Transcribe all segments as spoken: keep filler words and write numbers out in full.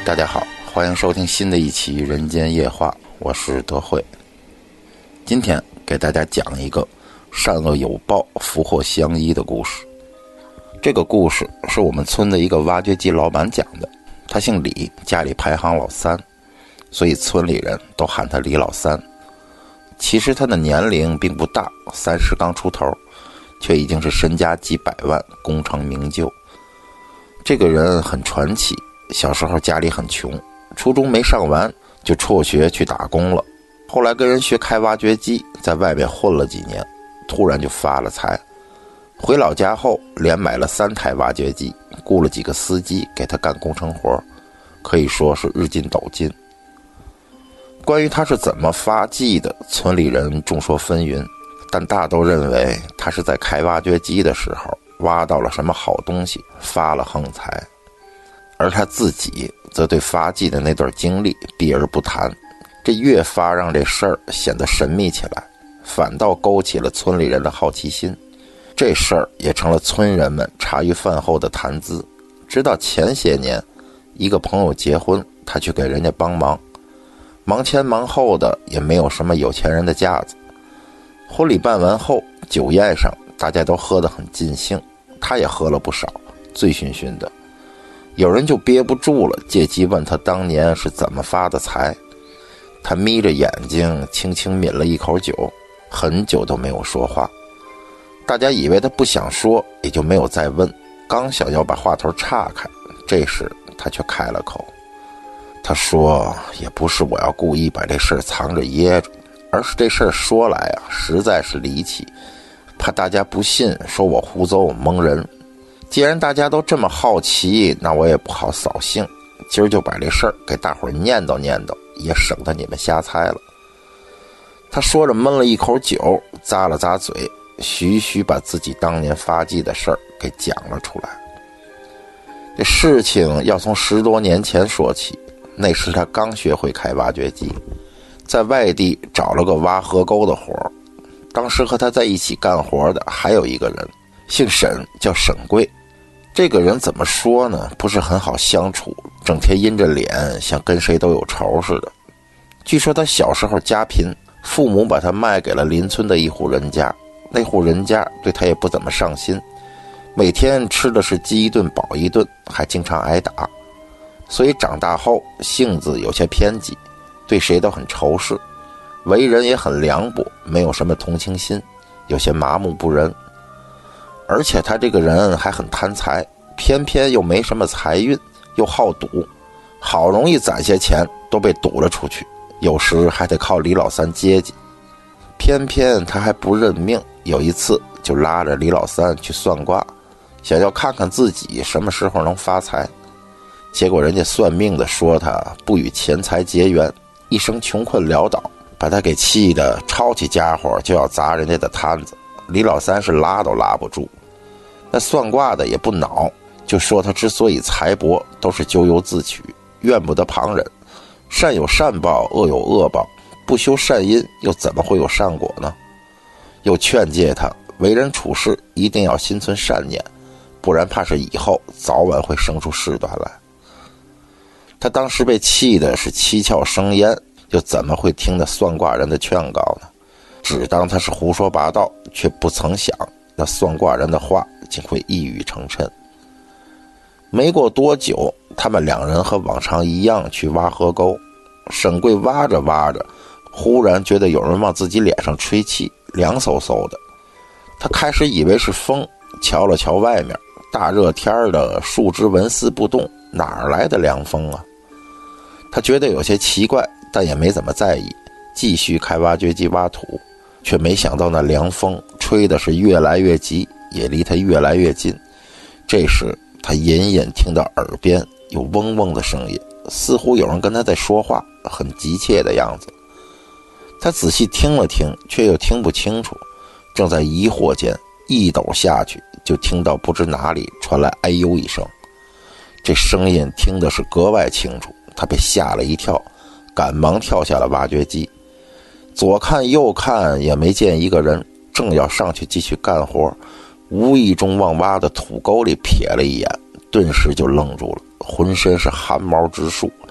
大家好，欢迎收听新的一期人间夜话，我是德惠。今天给大家讲一个善恶有报、福祸相依的故事。这个故事是我们村的一个挖掘机老板讲的，他姓李，家里排行老三，所以村里人都喊他李老三。其实他的年龄并不大，三十刚出头，却已经是身家几百万，功成名就。这个人很传奇，小时候家里很穷，初中没上完就辍学去打工了，后来跟人学开挖掘机，在外面混了几年，突然就发了财。回老家后连买了三台挖掘机，雇了几个司机给他干工程活，可以说是日进斗金。关于他是怎么发迹的，村里人众说纷纭，但大都认为他是在开挖掘机的时候挖到了什么好东西，发了横财。而他自己则对发迹的那段经历避而不谈，这越发让这事儿显得神秘起来，反倒勾起了村里人的好奇心。这事儿也成了村人们茶余饭后的谈资。直到前些年，一个朋友结婚，他去给人家帮忙，忙前忙后的，也没有什么有钱人的架子。婚礼办完后，酒宴上大家都喝得很尽兴，他也喝了不少，醉醺醺的。有人就憋不住了，借机问他当年是怎么发的财。他眯着眼睛轻轻抿了一口酒，很久都没有说话。大家以为他不想说，也就没有再问，刚想要把话头岔开，这时他却开了口。他说，也不是我要故意把这事儿藏着掖着，而是这事儿说来啊，实在是离奇，怕大家不信，说我胡诌蒙人。既然大家都这么好奇，那我也不好扫兴，今儿就把这事儿给大伙儿念叨念叨，也省得你们瞎猜了。他说着闷了一口酒，咂了咂嘴，徐徐把自己当年发迹的事儿给讲了出来。这事情要从十多年前说起，那时他刚学会开挖掘机，在外地找了个挖河沟的活儿。当时和他在一起干活的还有一个人，姓沈，叫沈贵。这个人怎么说呢，不是很好相处，整天阴着脸，像跟谁都有仇似的。据说他小时候家贫，父母把他卖给了邻村的一户人家，那户人家对他也不怎么上心，每天吃的是饥一顿饱一顿，还经常挨打。所以长大后性子有些偏激，对谁都很仇视，为人也很凉薄，没有什么同情心，有些麻木不仁。而且他这个人还很贪财，偏偏又没什么财运，又好赌，好容易攒些钱都被赌了出去，有时还得靠李老三接济。偏偏他还不认命，有一次就拉着李老三去算卦，想要看看自己什么时候能发财。结果人家算命的说他不与钱财结缘，一生穷困潦倒，把他给气得抄起家伙就要砸人家的摊子。李老三是拉都拉不住。那算卦的也不恼，就说他之所以财帛都是咎由自取，怨不得旁人，善有善报，恶有恶报，不修善因又怎么会有善果呢？又劝诫他为人处事一定要心存善念，不然怕是以后早晚会生出事端来。他当时被气的是七窍生烟，又怎么会听那算卦人的劝告呢？只当他是胡说八道，却不曾想那算卦人的话竟会一语成谶。没过多久，他们两人和往常一样去挖河沟。沈贵挖着挖着，忽然觉得有人往自己脸上吹气，凉飕飕的。他开始以为是风，瞧了瞧外面，大热天的，树枝纹丝不动，哪儿来的凉风啊？他觉得有些奇怪，但也没怎么在意，继续开挖掘机挖土。却没想到那凉风吹的是越来越急，也离他越来越近。这时他隐隐听到耳边有嗡嗡的声音，似乎有人跟他在说话，很急切的样子。他仔细听了听，却又听不清楚。正在疑惑间，一抖下去，就听到不知哪里传来哎呦一声。这声音听的是格外清楚，他被吓了一跳，赶忙跳下了挖掘机。左看右看也没见一个人，正要上去继续干活，无意中往挖的土沟里瞥了一眼，顿时就愣住了，浑身是汗毛直竖，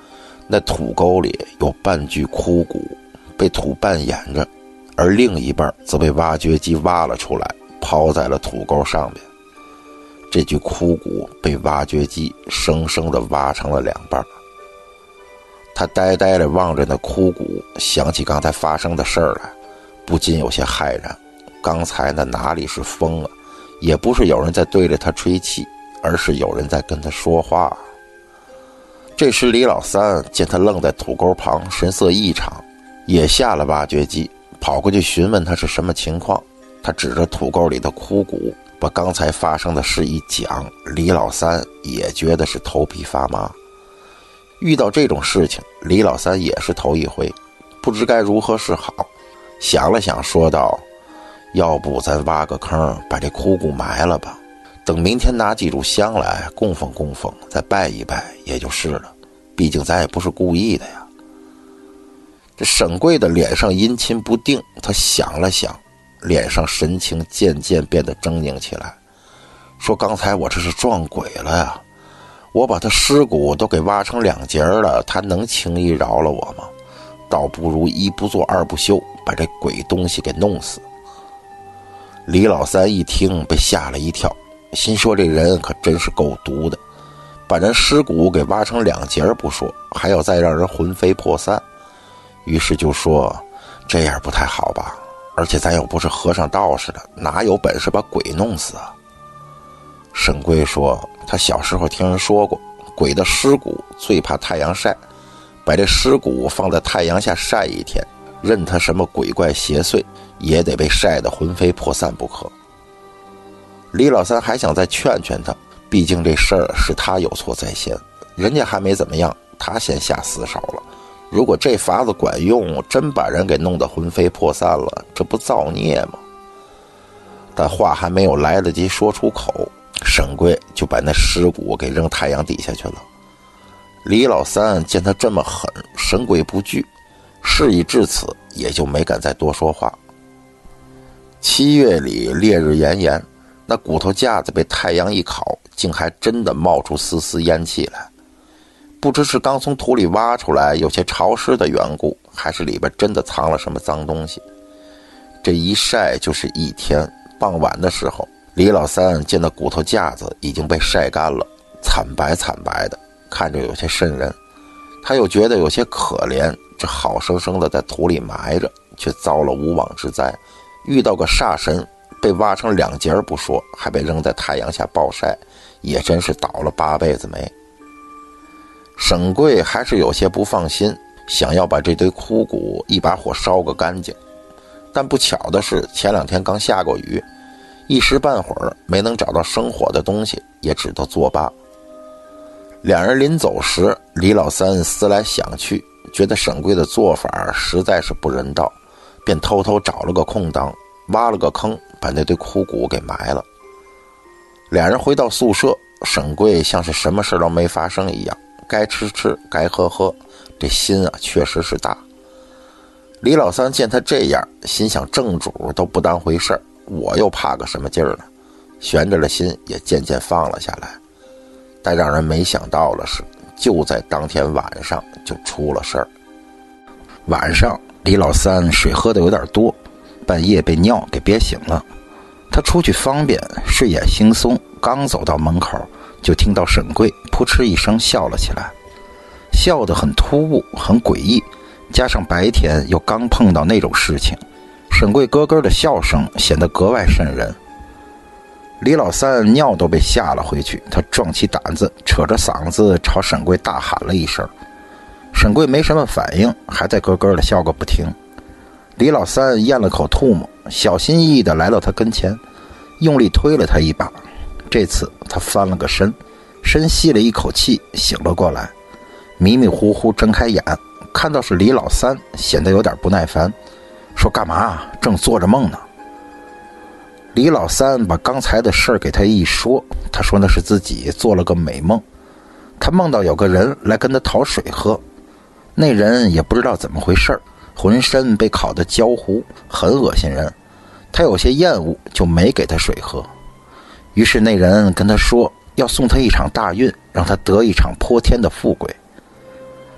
那土沟里有半具枯骨，被土半掩着，而另一半则被挖掘机挖了出来，抛在了土沟上面。这具枯骨被挖掘机生生地挖成了两半。他呆呆地望着那枯骨，想起刚才发生的事儿来，不禁有些骇然。刚才那哪里是风啊，也不是有人在对着他吹气，而是有人在跟他说话。这时李老三见他愣在土沟旁，神色异常，也下了挖掘机，跑过去询问他是什么情况。他指着土沟里的枯骨，把刚才发生的事一讲，李老三也觉得是头皮发麻。遇到这种事情，李老三也是头一回，不知该如何是好。想了想说道，要不咱挖个坑把这枯骨埋了吧，等明天拿几炷香来供奉供奉，再拜一拜也就是了，毕竟咱也不是故意的呀。这沈贵的脸上阴晴不定，他想了想，脸上神情渐渐变得狰狞起来，说刚才我这是撞鬼了呀，我把他尸骨都给挖成两截了，他能轻易饶了我吗？倒不如一不做二不休，把这鬼东西给弄死。李老三一听被吓了一跳，心说这人可真是够毒的，把人尸骨给挖成两截不说，还要再让人魂飞魄散。于是就说，这样不太好吧，而且咱又不是和尚道士的，哪有本事把鬼弄死啊？沈贵说，他小时候听人说过，鬼的尸骨最怕太阳晒，把这尸骨放在太阳下晒一天，任他什么鬼怪邪祟，也得被晒得魂飞魄散不可。李老三还想再劝劝他，毕竟这事儿是他有错在先，人家还没怎么样，他先下死手了。如果这法子管用，真把人给弄得魂飞魄散了，这不造孽吗？但话还没有来得及说出口，沈贵就把那尸骨给扔太阳底下去了。李老三见他这么狠，神鬼不惧，事已至此，也就没敢再多说话。七月里烈日炎炎，那骨头架子被太阳一烤，竟还真的冒出丝丝烟气来。不知是刚从土里挖出来有些潮湿的缘故，还是里边真的藏了什么脏东西。这一晒就是一天，傍晚的时候，李老三见那骨头架子已经被晒干了，惨白惨白的，看着有些瘆人。他又觉得有些可怜，这好生生的在土里埋着，却遭了无妄之灾，遇到个煞神，被挖成两截不说，还被扔在太阳下暴晒，也真是倒了八辈子霉。沈贵还是有些不放心，想要把这堆枯骨一把火烧个干净，但不巧的是前两天刚下过雨，一时半会儿没能找到生火的东西，也只得作罢。两人临走时，李老三思来想去，觉得沈贵的做法实在是不人道，便偷偷找了个空当，挖了个坑，把那堆枯骨给埋了。两人回到宿舍，沈贵像是什么事都没发生一样，该吃吃该喝喝，这心啊确实是大。李老三见他这样，心想正主都不当回事儿，我又怕个什么劲儿呢？悬着的心也渐渐放了下来。但让人没想到的是，就在当天晚上就出了事儿。晚上李老三水喝的有点多，半夜被尿给憋醒了。他出去方便，睡眼惺忪，刚走到门口，就听到沈贵扑哧一声笑了起来，笑得很突兀，很诡异，加上白天又刚碰到那种事情，沈贵咯咯的笑声显得格外瘆人。李老三尿都被吓了回去，他壮起胆子，扯着嗓子朝沈贵大喊了一声。沈贵没什么反应，还在咯咯的笑个不停。李老三咽了口唾沫，小心翼翼地来到他跟前，用力推了他一把。这次他翻了个身，深吸了一口气，醒了过来，迷迷糊糊睁开眼，看到是李老三，显得有点不耐烦，说干嘛？正做着梦呢。李老三把刚才的事儿给他一说，他说那是自己做了个美梦，他梦到有个人来跟他讨水喝，那人也不知道怎么回事，浑身被烤得焦糊，很恶心人，他有些厌恶，就没给他水喝。于是那人跟他说要送他一场大运，让他得一场泼天的富贵。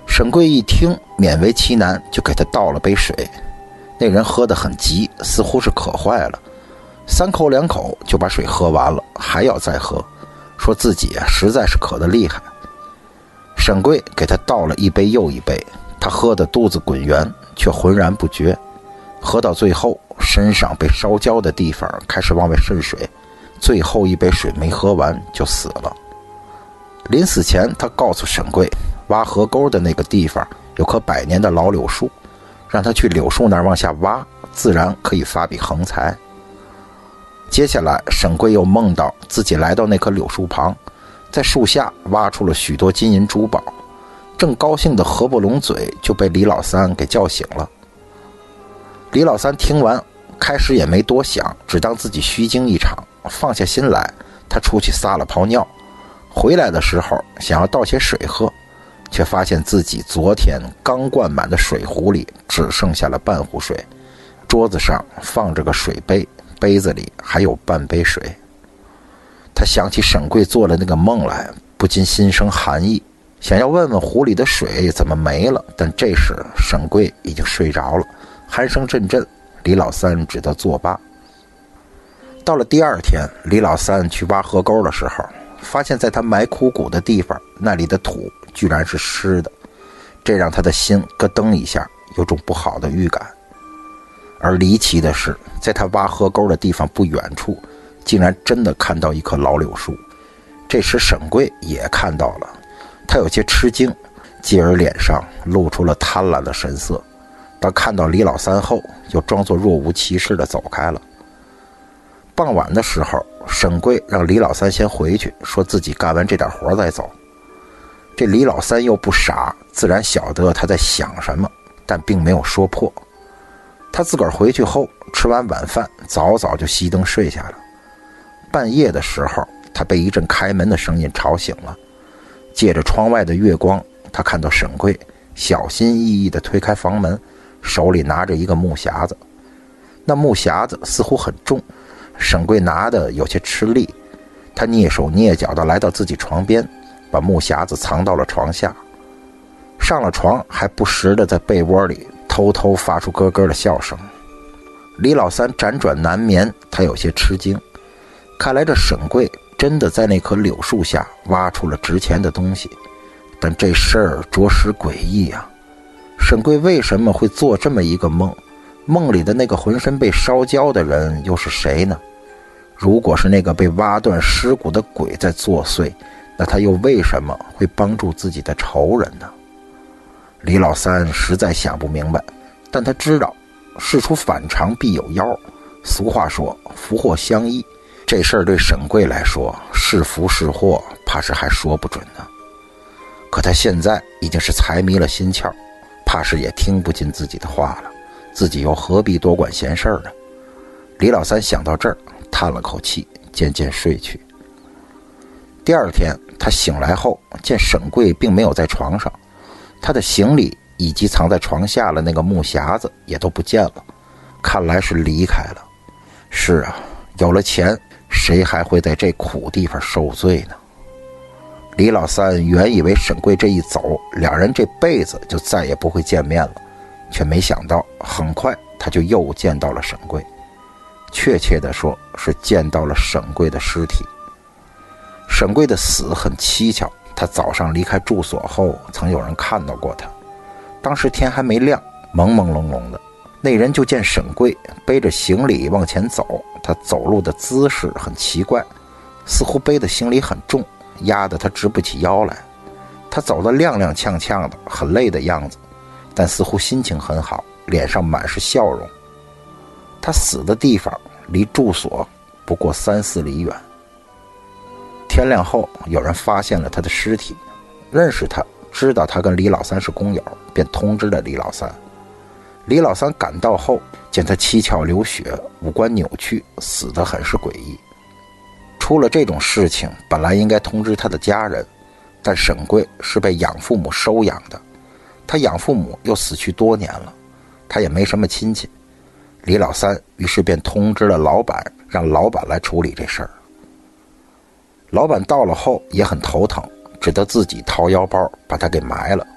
沈贵一听勉为其难，就给他倒了杯水。那人喝得很急，似乎是渴坏了，三口两口就把水喝完了，还要再喝，说自己啊实在是渴得厉害。沈贵给他倒了一杯又一杯，他喝得肚子滚圆，却浑然不觉。喝到最后，身上被烧焦的地方开始往外渗水，最后一杯水没喝完就死了。临死前，他告诉沈贵，挖河沟的那个地方有棵百年的老柳树，让他去柳树那儿往下挖，自然可以发笔横财。接下来，沈贵又梦到自己来到那棵柳树旁，在树下挖出了许多金银珠宝，正高兴的合不拢嘴，就被李老三给叫醒了。李老三听完，开始也没多想，只当自己虚惊一场，放下心来，他出去撒了泡尿，回来的时候想要倒些水喝，却发现自己昨天刚灌满的水壶里只剩下了半壶水，桌子上放着个水杯，杯子里还有半杯水。他想起沈贵做了那个梦来，不禁心生寒意，想要问问壶里的水怎么没了，但这时沈贵已经睡着了，鼾声阵阵，李老三只得作罢。到了第二天，李老三去挖河沟的时候，发现在他埋枯骨的地方，那里的土居然是湿的，这让他的心咯噔一下，有种不好的预感。而离奇的是，在他挖河沟的地方不远处，竟然真的看到一棵老柳树。这时沈贵也看到了，他有些吃惊，继而脸上露出了贪婪的神色。当看到李老三后，又装作若无其事地走开了。傍晚的时候，沈贵让李老三先回去，说自己干完这点活再走。这李老三又不傻，自然晓得他在想什么，但并没有说破。他自个儿回去后，吃完晚饭，早早就熄灯睡下了。半夜的时候，他被一阵开门的声音吵醒了。借着窗外的月光，他看到沈贵小心翼翼地推开房门，手里拿着一个木匣子。那木匣子似乎很重，沈贵拿的有些吃力，他蹑手蹑脚地来到自己床边，把木匣子藏到了床下。上了床，还不时地在被窝里偷偷发出咯咯的笑声。李老三辗转难眠，他有些吃惊，看来这沈贵真的在那棵柳树下挖出了值钱的东西，但这事儿着实诡异啊！沈贵为什么会做这么一个梦？梦里的那个浑身被烧焦的人又是谁呢？如果是那个被挖断尸骨的鬼在作祟，那他又为什么会帮助自己的仇人呢？李老三实在想不明白，但他知道事出反常必有妖，俗话说福祸相依，这事儿对沈贵来说是福是祸，怕是还说不准呢。可他现在已经是财迷了心窍，怕是也听不进自己的话了，自己又何必多管闲事儿呢？李老三想到这儿，叹了口气，渐渐睡去。第二天他醒来后，见沈贵并没有在床上，他的行李以及藏在床下的那个木匣子也都不见了，看来是离开了。是啊，有了钱，谁还会在这苦地方受罪呢？李老三原以为沈贵这一走，两人这辈子就再也不会见面了，却没想到很快他就又见到了沈贵，确切地说是见到了沈贵的尸体。沈贵的死很蹊跷，他早上离开住所后，曾有人看到过他，当时天还没亮，朦朦胧胧的，那人就见沈贵背着行李往前走，他走路的姿势很奇怪，似乎背的行李很重，压得他直不起腰来。他走得踉踉跄跄的，很累的样子，但似乎心情很好，脸上满是笑容。他死的地方离住所不过三四里远。天亮后，有人发现了他的尸体，认识他，知道他跟李老三是工友，便通知了李老三。李老三赶到后，见他七窍流血，五官扭曲，死得很是诡异。出了这种事情，本来应该通知他的家人，但沈贵是被养父母收养的，他养父母又死去多年了，他也没什么亲戚。李老三于是便通知了老板，让老板来处理这事儿。老板到了后也很头疼，只得自己掏腰包把他给埋了，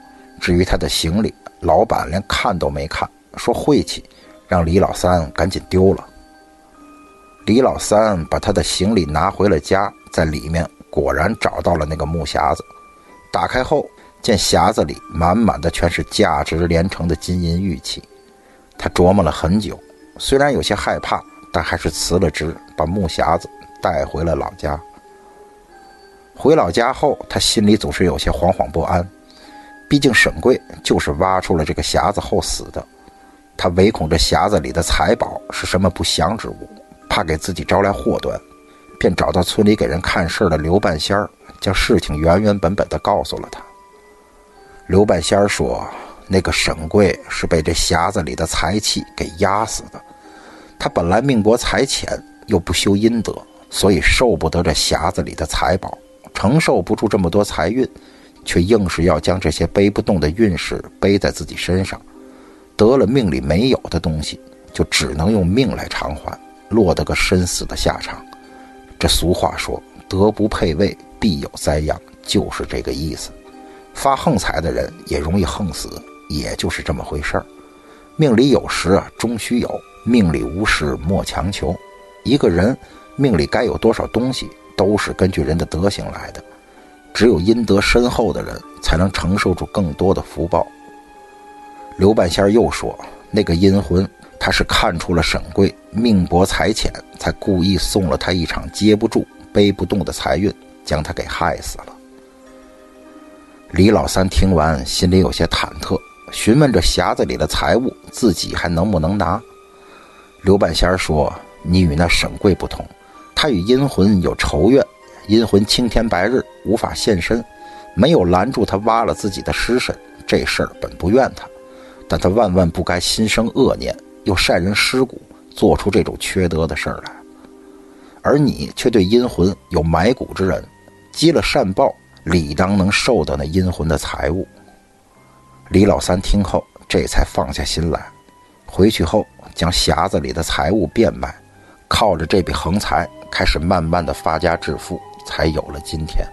至于他的行李，老板连看都没看，说晦气，让李老三赶紧丢了。李老三把他的行李拿回了家，在里面果然找到了那个木匣子。打开后，见匣子里满满的全是价值连城的金银玉器。他琢磨了很久，虽然有些害怕，但还是辞了职，把木匣子带回了老家。回老家后，他心里总是有些惶惶不安，毕竟沈贵就是挖出了这个匣子后死的。他唯恐这匣子里的财宝是什么不祥之物，怕给自己招来祸端，便找到村里给人看事的刘半仙儿，将事情原原本本地告诉了他。刘半仙儿说，那个沈贵是被这匣子里的财气给压死的，他本来命薄财浅，又不修阴德，所以受不得这匣子里的财宝，承受不住这么多财运，却硬是要将这些背不动的运势背在自己身上，得了命里没有的东西，就只能用命来偿还，落得个身死的下场。这俗话说，德不配位，必有灾殃，就是这个意思。发横财的人也容易横死，也就是这么回事儿。命里有时啊，终须有；命里无时，莫强求。一个人命里该有多少东西，都是根据人的德行来的。只有阴德深厚的人，才能承受住更多的福报。刘半仙又说，那个阴魂，他是看出了沈贵命薄财浅，才故意送了他一场接不住、背不动的财运，将他给害死了。李老三听完，心里有些忐忑，询问这匣子里的财物，自己还能不能拿？刘半仙说，你与那沈贵不同，他与阴魂有仇怨，阴魂青天白日，无法现身，没有拦住他挖了自己的尸身，这事儿本不怨他，但他万万不该心生恶念，又善人尸骨，做出这种缺德的事儿来。而你却对阴魂有埋骨之人，积了善报，理当能受到那阴魂的财物。李老三听后，这才放下心来，回去后将匣子里的财物变卖，靠着这笔横财，开始慢慢的发家致富，才有了今天。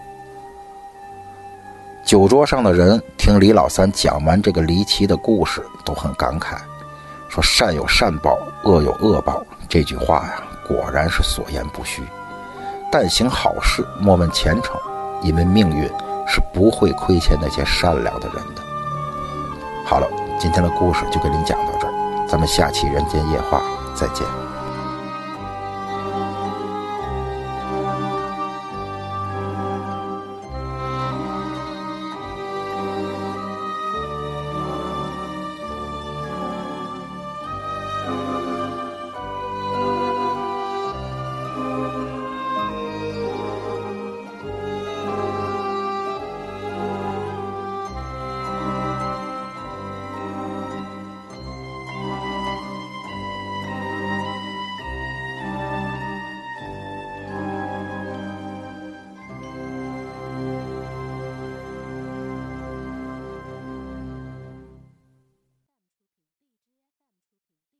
酒桌上的人听李老三讲完这个离奇的故事，都很感慨，说善有善报，恶有恶报，这句话呀，果然是所言不虚。但行好事，莫问前程，因为命运是不会亏欠那些善良的人的。好了，今天的故事就给您讲到这儿，咱们下期人间夜话再见。